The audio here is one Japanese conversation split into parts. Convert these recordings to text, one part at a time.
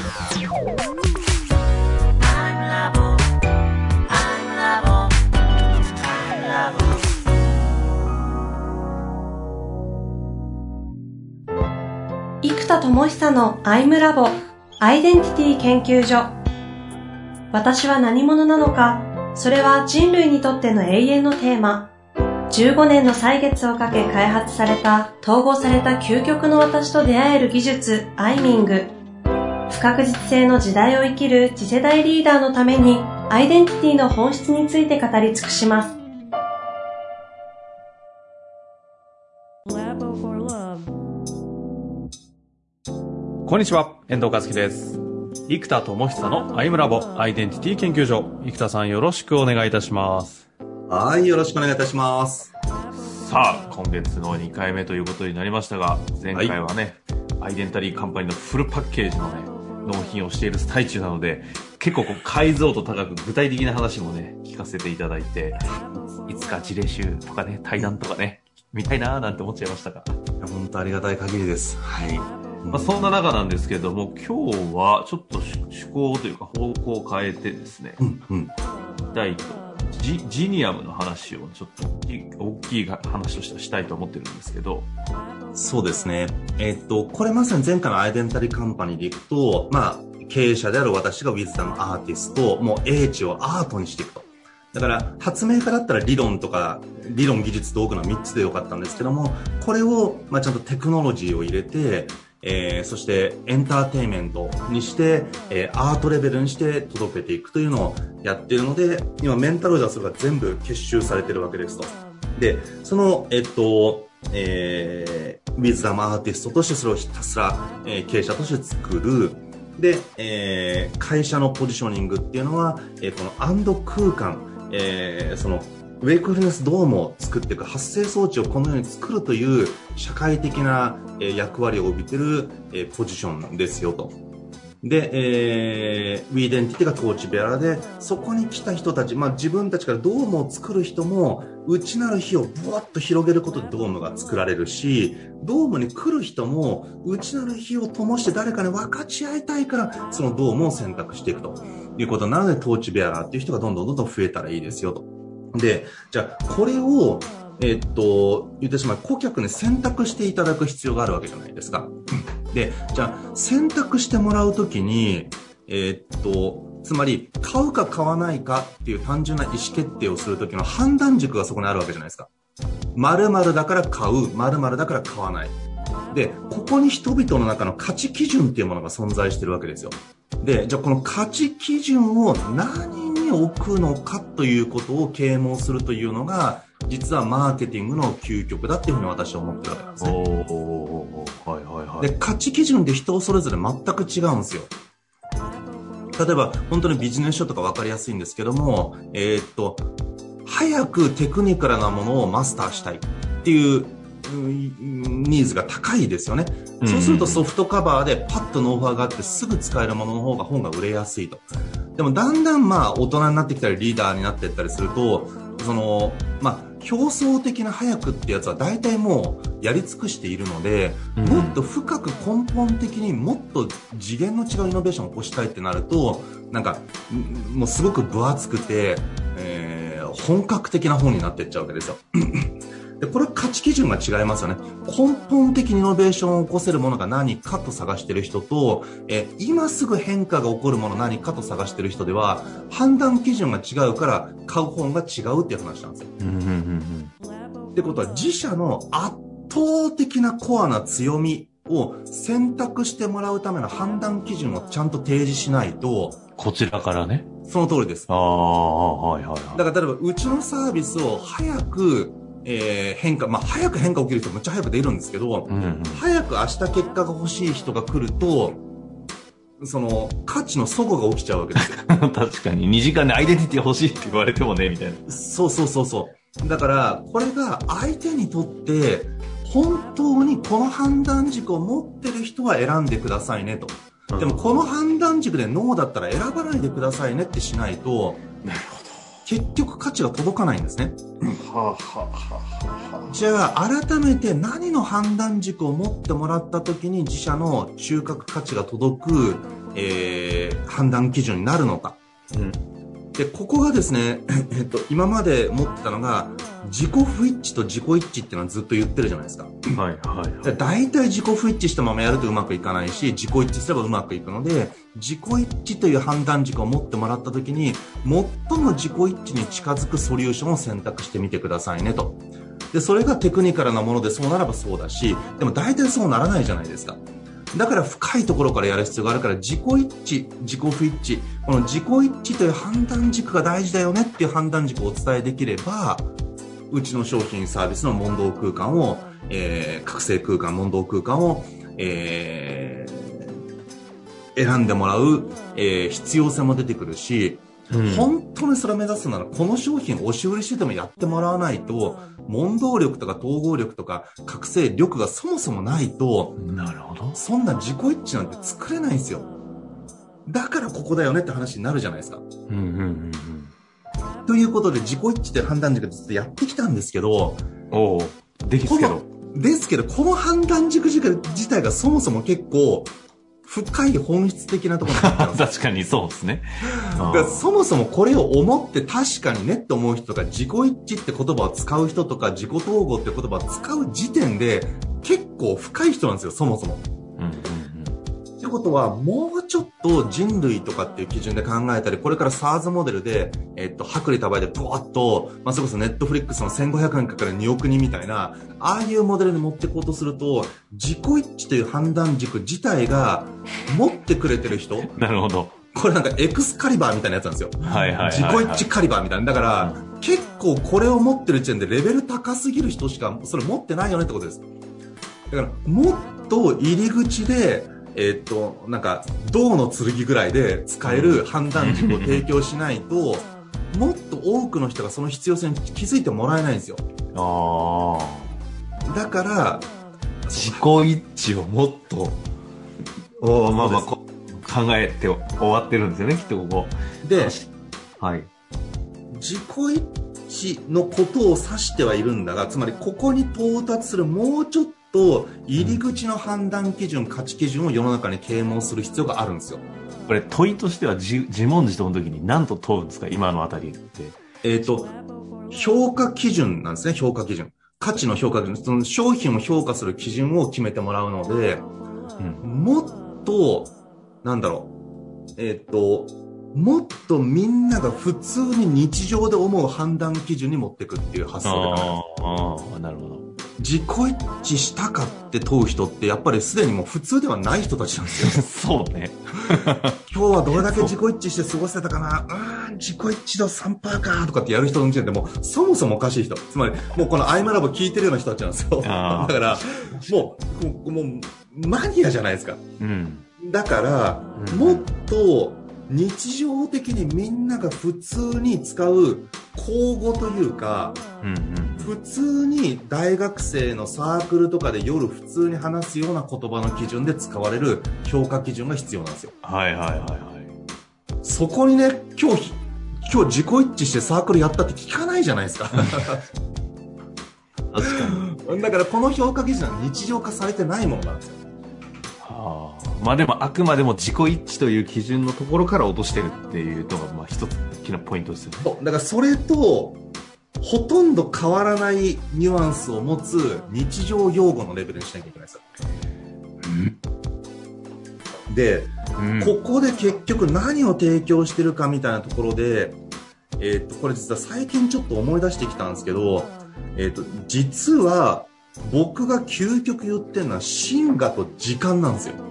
生田智久のアイムラボアイデンティティ研究所。私は何者なのか、それは人類にとっての永遠のテーマ。15年の歳月をかけ開発された統合された究極の私と出会える技術アイミング。不確実性の時代を生きる次世代リーダーのためにアイデンティティの本質について語り尽くします。 こんにちは、遠藤和樹です。生田智久のアイムラボアイデンティティ研究所。生田さん、よろしくお願いいたします。 はい、よろしくお願いいたします。 さあ、今月の2回目ということになりましたが、前回はね、アイデンタリーカンパニーのフルパッケージのね、納品をしている最中なので、結構解像度高く具体的な話もね、聞かせていただいて、いつか事例集とかね、対談とかね、見たいなーなんて思っちゃいましたが。 本当ありがたい限りです。はい。 そんな中なんですけども、今日はちょっと趣向というか方向を変えてですね、ジニアムの話をちょっと大きい話としてはしたいと思ってるんですけど。 そうですね。これまさに前回のアイデンタリーカンパニーでいくと、経営者である私がウィズダムアーティスト、もう英知をアートにしていくと。だから発明家だったら理論技術道具の3つでよかったんですけども、これをちゃんとテクノロジーを入れて、そしてエンターテインメントにして、アートレベルにして届けていくというのをやっているので、今メンタロイドはそれが全部結集されているわけですと。で、そのウィズダムアーティストとしてそれをひたすら、経営者として作る。で、会社のポジショニングっていうのは、このアンド空間、そのウェイクフルネスドームを作っていく、発生装置をこのように作るという社会的な役割を帯びているポジションですよと。で、ウィーデンティティがトーチベアラで、そこに来た人たち、自分たちからドームを作る人も、内なる火をブワッと広げることでドームが作られるし、ドームに来る人も、内なる火を灯して誰かに分かち合いたいから、そのドームを選択していくということなので、トーチベアラーっていう人がどんどん増えたらいいですよと。で、じゃあ、これを、言ってしまう、顧客に選択していただく必要があるわけじゃないですか。で、じゃあ、選択してもらうときに、つまり、買うか買わないかっていう単純な意思決定をするときの判断軸がそこにあるわけじゃないですか。〇〇だから買う、〇〇だから買わない。で、ここに人々の中の価値基準っていうものが存在してるわけですよ。で、じゃあこの価値基準を何に置くのかということを啓蒙するというのが、実はマーケティングの究極だっていうふうに私は思ってるわけなんですね。で、価値基準って人それぞれ全く違うんですよ。例えば、本当にビジネス書とか分かりやすいんですけども、早くテクニカルなものをマスターしたいっていうニーズが高いですよね。そうするとソフトカバーでパッとノウハウがあってすぐ使えるものの方が本が売れやすいと。でもだんだん大人になってきたりリーダーになっていったりすると、表層的な早くってやつは大体もうやり尽くしているので、もっと深く根本的にもっと次元の違うイノベーションを起こしたいってなると、もうすごく分厚くて、本格的な本になっていっちゃうわけですよ。で、これ価値基準が違いますよね。根本的にイノベーションを起こせるものが何かと探している人と、今すぐ変化が起こるもの何かと探している人では、判断基準が違うから買う本が違うっていう話なんですよ。ってことは自社の圧倒的なコアな強みを選択してもらうための判断基準をちゃんと提示しないと、 こちらからね。 その通りです。だから例えばうちのサービスを早く早く変化起きる人めっちゃ早く出るんですけど、早く明日結果が欲しい人が来ると、その価値の齟齬が起きちゃうわけですよ。 確かに2時間でアイデンティティ欲しいって言われてもねみたいな。 そうだからこれが相手にとって本当にこの判断軸を持ってる人は選んでくださいねと。でもこの判断軸でノーだったら選ばないでくださいねってしないと、 なるほど、 結局価値が届かないんですね。じゃあ改めて何の判断軸を持ってもらった時に自社の中核価値が届く判断基準になるのか。で、ここがですね、今まで持ってたのが、自己不一致と自己一致っていうのはずっと言ってるじゃないですか。だいたい自己不一致したままやるとうまくいかないし、自己一致すればうまくいくので、自己一致という判断軸を持ってもらったときに、最も自己一致に近づくソリューションを選択してみてくださいねと。で、それがテクニカルなものでそうならばそうだし、でも大体そうならないじゃないですか。だから深いところからやる必要があるから、自己一致、自己不一致、この自己一致という判断軸が大事だよねっていう判断軸をお伝えできれば、うちの商品サービスの問答空間を、覚醒空間、問答空間を、選んでもらう、必要性も出てくるし、本当にそれを目指すなら、この商品を押し売りしてでもやってもらわないと、問答力とか統合力とか覚醒力がそもそもないと、 なるほど。 そんな自己一致なんて作れないんですよ。だからここだよねって話になるじゃないですか。ということで、自己一致という判断軸でずっとやってきたんですけど、ですけど、この判断軸自体がそもそも結構、深い本質的なところになってます。 確かにそうですね。 だからそもそもこれを思って確かにねって思う人とか、自己一致って言葉を使う人とか、自己統合って言葉を使う時点で結構深い人なんですよ、そもそも。ってことは、もうちょっと人類とかっていう基準で考えたり、これから SARS モデルで、薄利多売でブワッと、それこそネットフリックスの1500円かかる2億人みたいな、ああいうモデルに持っていこうとすると、自己一致という判断軸自体が持ってくれてる人。 なるほど。 これなんかエクスカリバーみたいなやつなんですよ。自己一致カリバーみたいな。だから、結構これを持ってる時点でレベル高すぎる人しかそれ持ってないよねってことです。だから、もっと入り口で、なんか、銅の剣ぐらいで使える判断軸を提供しないと、もっと多くの人がその必要性に気づいてもらえないんですよ。だから、 自己一致をもっと、考えて終わってるんですよね、きっとここ。 で、自己一致のことを指してはいるんだが、つまりここに到達するもうちょっと入り口の判断基準、価値基準を世の中に啓蒙する必要があるんですよ。 これ問いとしては自問自答の時に何と問うんですか、今のあたりって。 評価基準なんですね、評価基準。価値の評価基準。その商品を評価する基準を決めてもらうので、もっと、もっとみんなが普通に日常で思う判断基準に持っていくっていう発想でなるほど。 自己一致したかって問う人ってやっぱりすでにもう普通ではない人たちなんですよ。そうね。 今日はどれだけ自己一致して過ごせたかな、自己一致度 3% かとかってやる人の時点でもうそもそもおかしい人。つまりもうこのアイマラボ聞いてるような人たちなんですよ。だからもうマニアじゃないですか。だから、もっと日常的にみんなが普通に使う口語というか、普通に大学生のサークルとかで夜普通に話すような言葉の基準で使われる評価基準が必要なんですよ。そこにね、今日自己一致してサークルやったって聞かないじゃないですか。確かに。だからこの評価基準は日常化されてないものなんですよ。 でもあくまでも自己一致という基準のところから落としてるっていうのが一つ大きなポイントですよね。 だからそれとほとんど変わらないニュアンスを持つ日常用語のレベルにしなきゃいけないですよ。で、ここで結局何を提供してるかみたいなところで、これ実は最近ちょっと思い出してきたんですけど、実は僕が究極言ってるのは真我と時間なんですよ。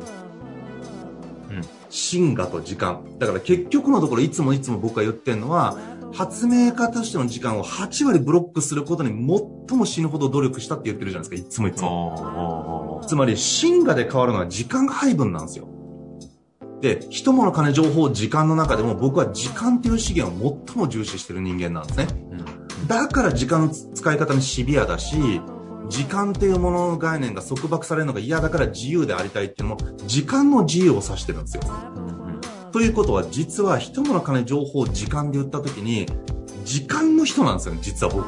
真我と時間。だから結局のところいつも僕が言ってるのは、発明家としての時間を8割ブロックすることに最も死ぬほど努力したって言ってるじゃないですか、いつも。つまり真我で変わるのは時間配分なんですよ。で、人物金情報時間の中でも僕は時間っていう資源を最も重視してる人間なんですね。だから時間の使い方にシビアだし、時間というものの概念が束縛されるのが嫌だから自由でありたいっていうのも時間の自由を指してるんですよ。ということは実は人物金情報時間で言った時に時間の人なんですよね、実は僕。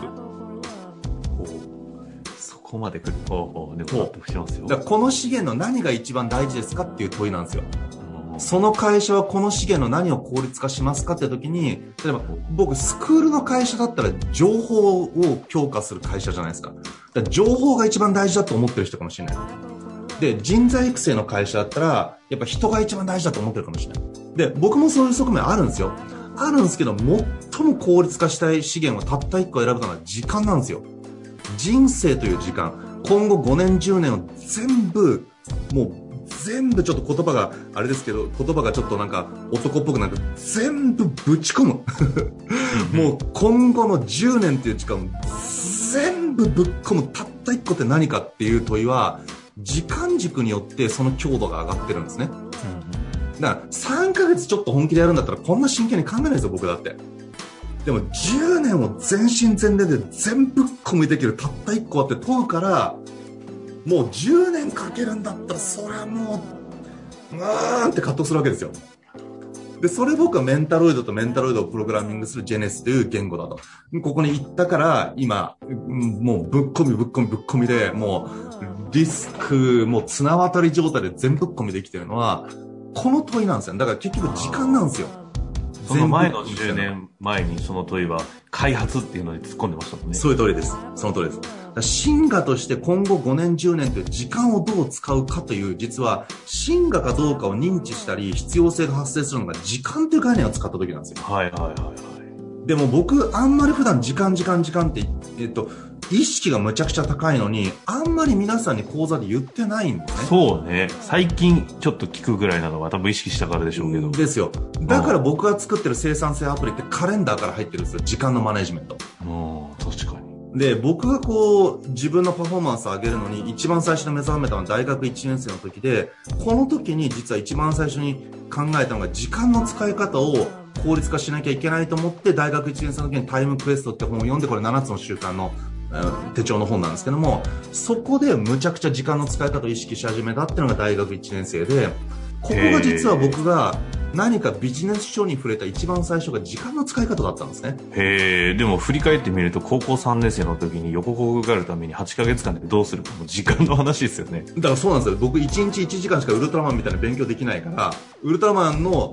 そこまで来る。でも納得しますよ。 だからこの資源の何が一番大事ですかっていう問いなんですよ。 その会社はこの資源の何を効率化しますかって時に、例えば僕スクールの会社だったら情報を強化する会社じゃないですか。だから情報が一番大事だと思ってる人かもしれない。で、人材育成の会社だったらやっぱ人が一番大事だと思ってるかもしれない。で、僕もそういう側面あるんですよ。あるんですけど、最も効率化したい資源をたった1個選ぶのは時間なんですよ。人生という時間、今後5年10年を全部ちょっと言葉があれですけど、言葉がちょっとなんか男っぽくなんか全部ぶち込むもう今後の10年っていう時間を全部ぶっ込むたった1個って何かっていう問いは、時間軸によってその強度が上がってるんですね。だから3ヶ月ちょっと本気でやるんだったらこんな真剣に考えないですよ、僕だって。でも10年を全身全霊で全部込みできるたった1個あって問うから、もう10年かけるんだったらそれはもうって葛藤するわけですよ。で、それ僕はメンタロイドとメンタロイドをプログラミングするジェネスという言語だと。ここに行ったから今もうぶっ込みで、もうリスクもう綱渡り状態で全部ぶっ込みできてるのはこの問いなんですよ。だから結局時間なんですよ。 その前の10年前にその問いは開発っていうのに突っ込んでましたもんね。 そういう通りです。その通りです。進化として今後5年10年という時間をどう使うかという、実は進化かどうかを認知したり必要性が発生するのが時間という概念を使った時なんですよ。 はいはいはいはい。 でも僕あんまり普段時間って意識がむちゃくちゃ高いのに、あんまり皆さんに講座で言ってないんですね。 そうね。最近ちょっと聞くぐらいなのは多分意識したからでしょうけど。 ですよ。だから僕が作ってる生産性アプリってカレンダーから入ってるんですよ。時間のマネジメント。 確かに。 で、僕がこう自分のパフォーマンスを上げるのに一番最初に目覚めたのは大学1年生の時で、この時に実は一番最初に考えたのが時間の使い方を効率化しなきゃいけないと思って、大学1年生の時にタイムクエストって本を読んで、これ7つの習慣の手帳の本なんですけども、そこでむちゃくちゃ時間の使い方を意識し始めたっていうのが大学1年生で、ここが実は僕が何かビジネス書に触れた一番最初が時間の使い方だったんですね。 でも振り返ってみると高校3年生の時に横国受かるために8ヶ月間でどうするかも時間の話ですよね。 だからそうなんですよ。僕1日1時間しかウルトラマンみたいな勉強できないから、ウルトラマンの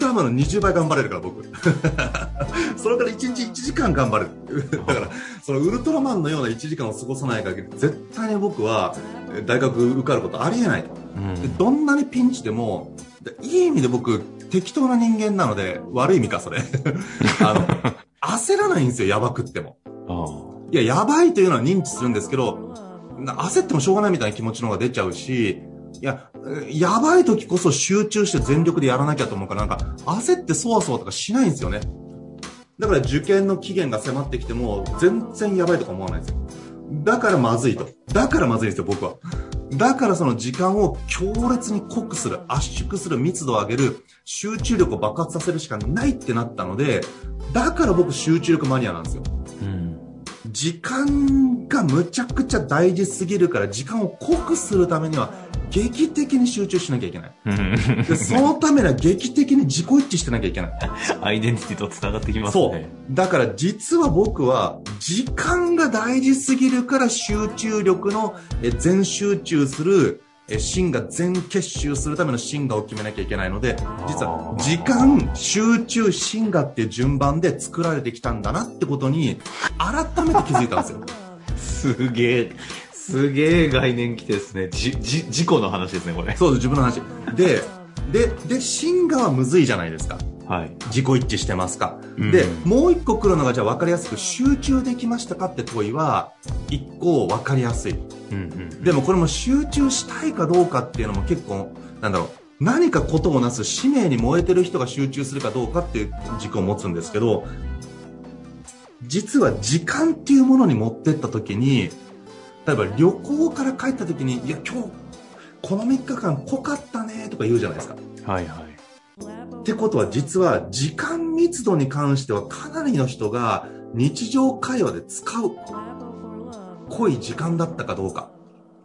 20倍頑張れるから僕それから1日1時間頑張れるだからそのウルトラマンのような1時間を過ごさない限り絶対に僕は大学受かることありえないと、どんなにピンチでも、いい意味で僕適当な人間なので、悪い意味かそれ焦らないんですよ、やばくっても。いや、やばいというのは認知するんですけど、焦ってもしょうがないみたいな気持ちの方が出ちゃうし、やばい時こそ集中して全力でやらなきゃと思うから、なんか焦ってそわそわとかしないんですよね。だから受験の期限が迫ってきても全然やばいとか思わないんですよ。だからまずいんですよ、僕は。だからその時間を強烈に濃くする、圧縮する、密度を上げる、集中力を爆発させるしかないってなったので、だから僕集中力マニアなんですよ。時間がむちゃくちゃ大事すぎるから、時間を濃くするためには劇的に集中しなきゃいけないで、そのためには劇的に自己一致してなきゃいけないアイデンティティとつながってきますね。 そうだから実は僕は時間が大事すぎるから集中力の全集中する心が全結集するための心がを決めなきゃいけないので、実は時間、集中、心がっていう順番で作られてきたんだなってことに改めて気づいたんですよすげえ概念きてですね。自己の話ですね、これ。 そうです、自分の話で心がはむずいじゃないですか。 はい、 自己一致してますか、でもう一個来るのが、じゃあ分かりやすく集中できましたかって問いは一個分かりやすい、でもこれも集中したいかどうかっていうのも結構何かことをなす使命に燃えてる人が集中するかどうかっていう軸を持つんですけど、実は時間っていうものに持ってった時に、例えば旅行から帰った時に、いや今日この3日間濃かったねとか言うじゃないですか。 はいはい。 ってことは実は時間密度に関してはかなりの人が日常会話で使う濃い時間だったかどうか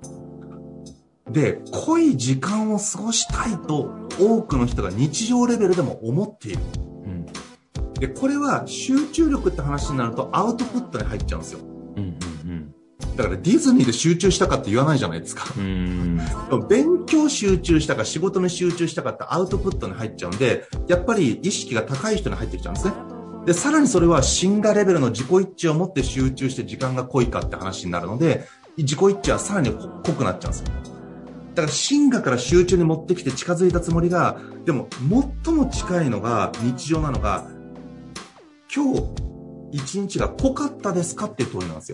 で、濃い時間を過ごしたいと多くの人が日常レベルでも思っている、でこれは集中力って話になるとアウトプットに入っちゃうんですよ、だからディズニーで集中したかって言わないじゃないですか。勉強集中したか仕事に集中したかってアウトプットに入っちゃうんで、やっぱり意識が高い人に入ってきちゃうんですね。で、さらにそれはシンガレベルの自己一致を持って集中して時間が濃いかって話になるので、自己一致はさらに濃くなっちゃうんですよ。だからシンガから集中に持ってきて近づいたつもりが、でも最も近いのが日常なのが、今日一日が濃かったですかっていう問いなんですよ。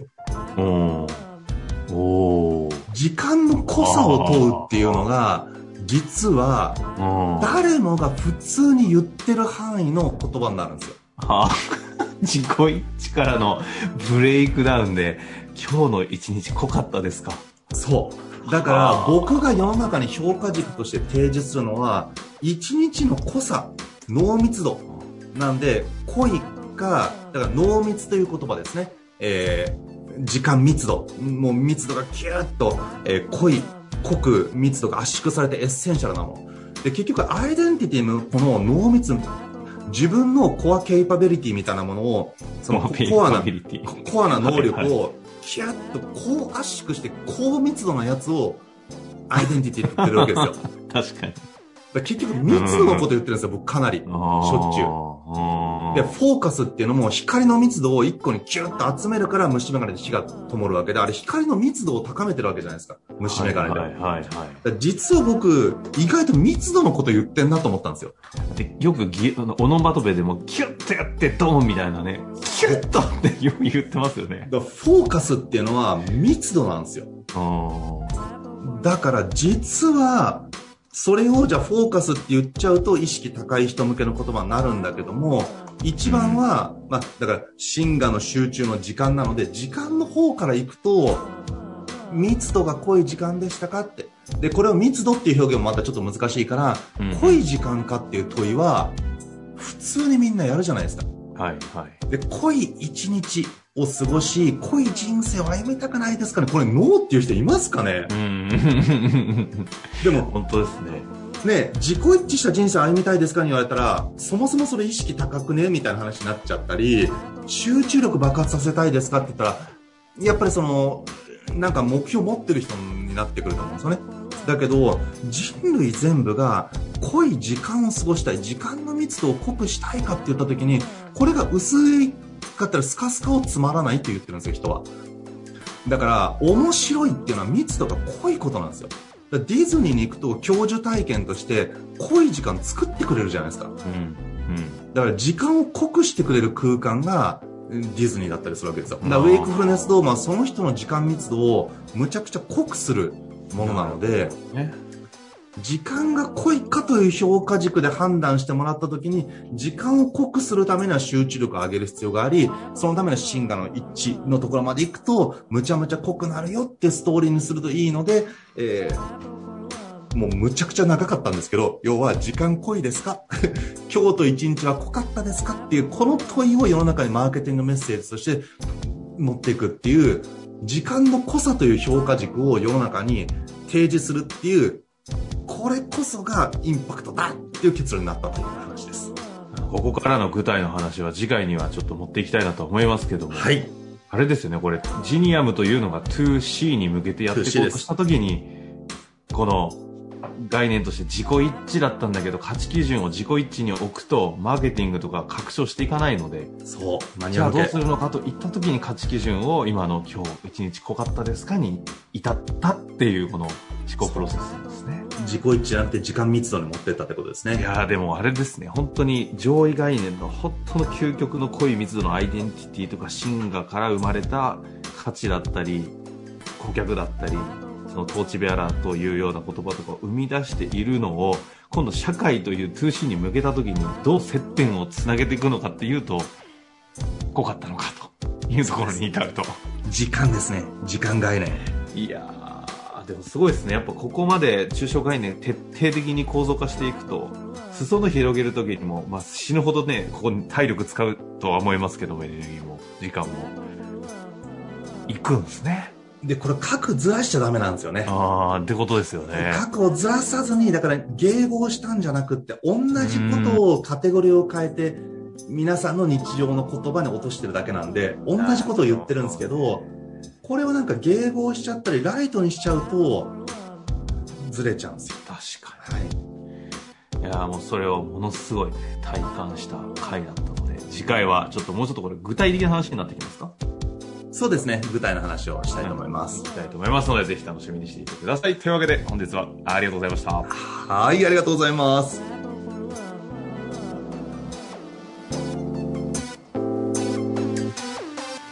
時間の濃さを問うっていうのが、実は誰もが普通に言ってる範囲の言葉になるんですよ。 自己一致からのブレイクダウンで、今日の一日濃かったですか。 そう。だから僕が世の中に評価軸として提示するのは、一日の濃さ、濃密度なんで、濃いか、だから濃密という言葉ですね。時間密度、もう密度がキューッと、濃く密度が圧縮されてエッセンシャルなもの。で、結局アイデンティティのこの濃密、自分のコアケイパビリティみたいなものを、そのコアな能力をキュッとこう圧縮して高密度なやつをアイデンティティって言ってるわけですよ。 確かに。 結局密度のこと言ってるんですよ、僕かなり。しょっちゅう。で、フォーカスっていうのも光の密度を一個にキュッと集めるから虫眼鏡で火が灯るわけで、あれ光の密度を高めてるわけじゃないですか。虫眼鏡で。実は僕、意外と密度のこと言ってんなと思ったんですよ。 でよくオノマトペでもキュッとやってドーンみたいなね、キュッとってよく言ってますよね。 だからフォーカスっていうのは密度なんですよ。だから実は、それをじゃあフォーカスって言っちゃうと意識高い人向けの言葉になるんだけども、一番は、だからシンガの集中の時間なので、時間の方から行くと、密度が濃い時間でしたかって。で、これを密度っていう表現もまたちょっと難しいから、濃い時間かっていう問いは、普通にみんなやるじゃないですか。で、濃い一日を過ごし、濃い人生を歩みたくないですかね。これノーっていう人いますかね。でも、 本当ですね。 ね、自己一致した人生を歩みたいですかに言われたら、そもそもそれ意識高くねみたいな話になっちゃったり、集中力爆発させたいですかって言ったら、やっぱりなんか目標持ってる人になってくると思うんですよね。だけど、人類全部が濃い時間を過ごしたい、時間の密度を濃くしたいかって言った時に、これが薄いかったらスカスカをつまらないって言ってるんですよ、人は。だから、面白いっていうのは密度が濃いことなんですよ。ディズニーに行くと教授体験として濃い時間作ってくれるじゃないですか。だから時間を濃くしてくれる空間がディズニーだったりするわけですよ。だからウェイクフルネスドームはその人の時間密度をむちゃくちゃ濃くするものなので、時間が濃いかという評価軸で判断してもらった時に、時間を濃くするためには集中力を上げる必要があり、そのためのシンガの一致のところまで行くとむちゃむちゃ濃くなるよってストーリーにするといいので、もうむちゃくちゃ長かったんですけど、要は時間濃いですか今日と一日は濃かったですかっていうこの問いを世の中にマーケティングメッセージとして持っていくっていう、時間の濃さという評価軸を世の中に提示するっていう、これこそがインパクトだっていう結論になったという話です。 ここからの具体の話は次回にはちょっと持っていきたいなと思いますけども、はい、あれですよね、これジニアムというのが 2C に向けてやっていこうとした時に、この概念として自己一致だったんだけど、価値基準を自己一致に置くとマーケティングとか拡張していかないので、 そうじゃあどうするのかといった時に価値基準を今の今日一日濃かったですかに至ったっていうこの思考プロセスですね。 自己一致じゃなくて時間密度に持っていったってことですね。 いやでもあれですね、本当に上位概念の本当の究極の濃い密度のアイデンティティとかシンガから生まれた価値だったり顧客だったり、そのトーチベアラーというような言葉とかを生み出しているのを、今度社会という 2C に向けた時にどう接点をつなげていくのかっていうと、濃かったのかというところに至ると。 時間ですね、時間概念。 いやでもすごいですね。やっぱここまで抽象概念徹底的に構造化していくと、裾野広げる時にも、死ぬほどね、ここに体力使うとは思いますけども、エネルギーも時間もいくんですね。 で、これ核ずらしちゃダメなんですよね。 ってことですよね。 核をずらさずに、だから迎合したんじゃなくって、同じことをカテゴリーを変えて、皆さんの日常の言葉に落としてるだけなんで、同じことを言ってるんですけど、これをなんか迎合しちゃったり、ライトにしちゃうと、 ずれちゃうんですよ。 確かに。いやもうそれをものすごいね、体感した回だったので、次回はちょっともうちょっとこれ具体的な話になってきますか？ そうですね。具体の話をしたいと思います。 したいと思いますので、ぜひ楽しみにしていてください。というわけで、本日はありがとうございました。 はい、ありがとうございます。